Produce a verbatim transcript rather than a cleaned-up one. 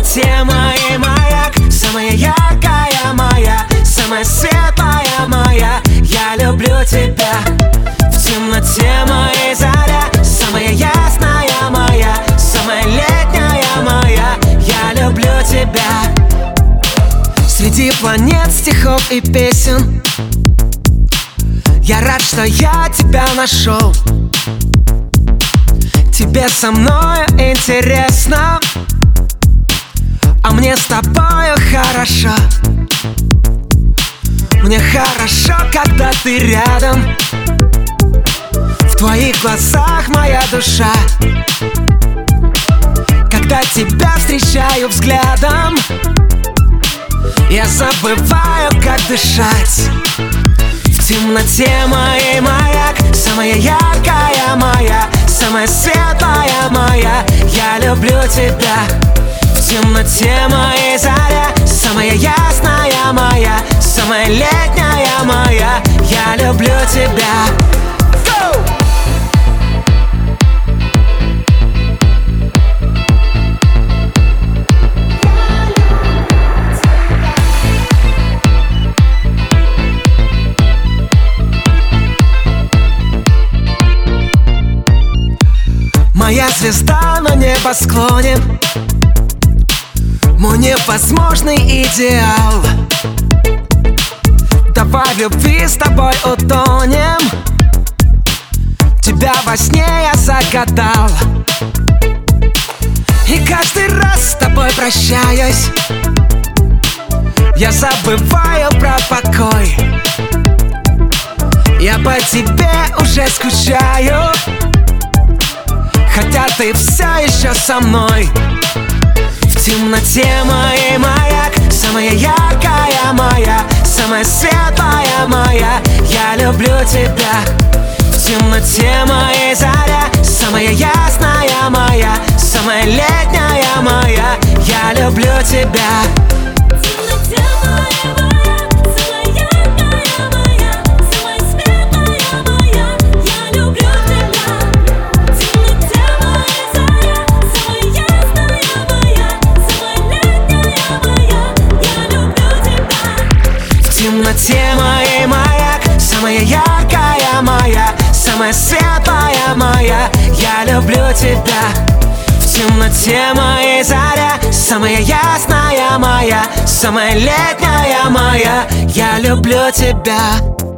темноте моей маяк, самая яркая моя, самая светлая моя. Я люблю тебя. В темноте моей заря, самая ясная моя, самая летняя моя. Я люблю тебя. Среди планет, стихов и песен я рад, что я тебя нашел. Тебе со мною интересно, а мне с тобою хорошо. Мне хорошо, когда ты рядом. В твоих глазах моя душа. Когда тебя встречаю взглядом, я забываю, как дышать. В темноте моей маяк, самая яркая моя, самая светлая моя. Я люблю тебя. В темноте моей заря, самая ясная моя, самая летняя моя. Я люблю тебя. Go! Моя звезда на небосклоне, мой невозможный идеал. Давай в любви с тобой утонем. Тебя во сне я загадал. И каждый раз с тобой прощаюсь, я забываю про покой. Я по тебе уже скучаю, хотя ты все еще со мной. В темноте моей маяк, самая яркая моя, самая светлая моя. Я люблю тебя. В темноте моей заря, самая ясная моя, самая летняя моя. Я люблю тебя. В темноте моей маяк, самая яркая моя, самая светлая моя. Я люблю тебя. В темноте моей заря, самая ясная моя, самая летняя моя. Я люблю тебя.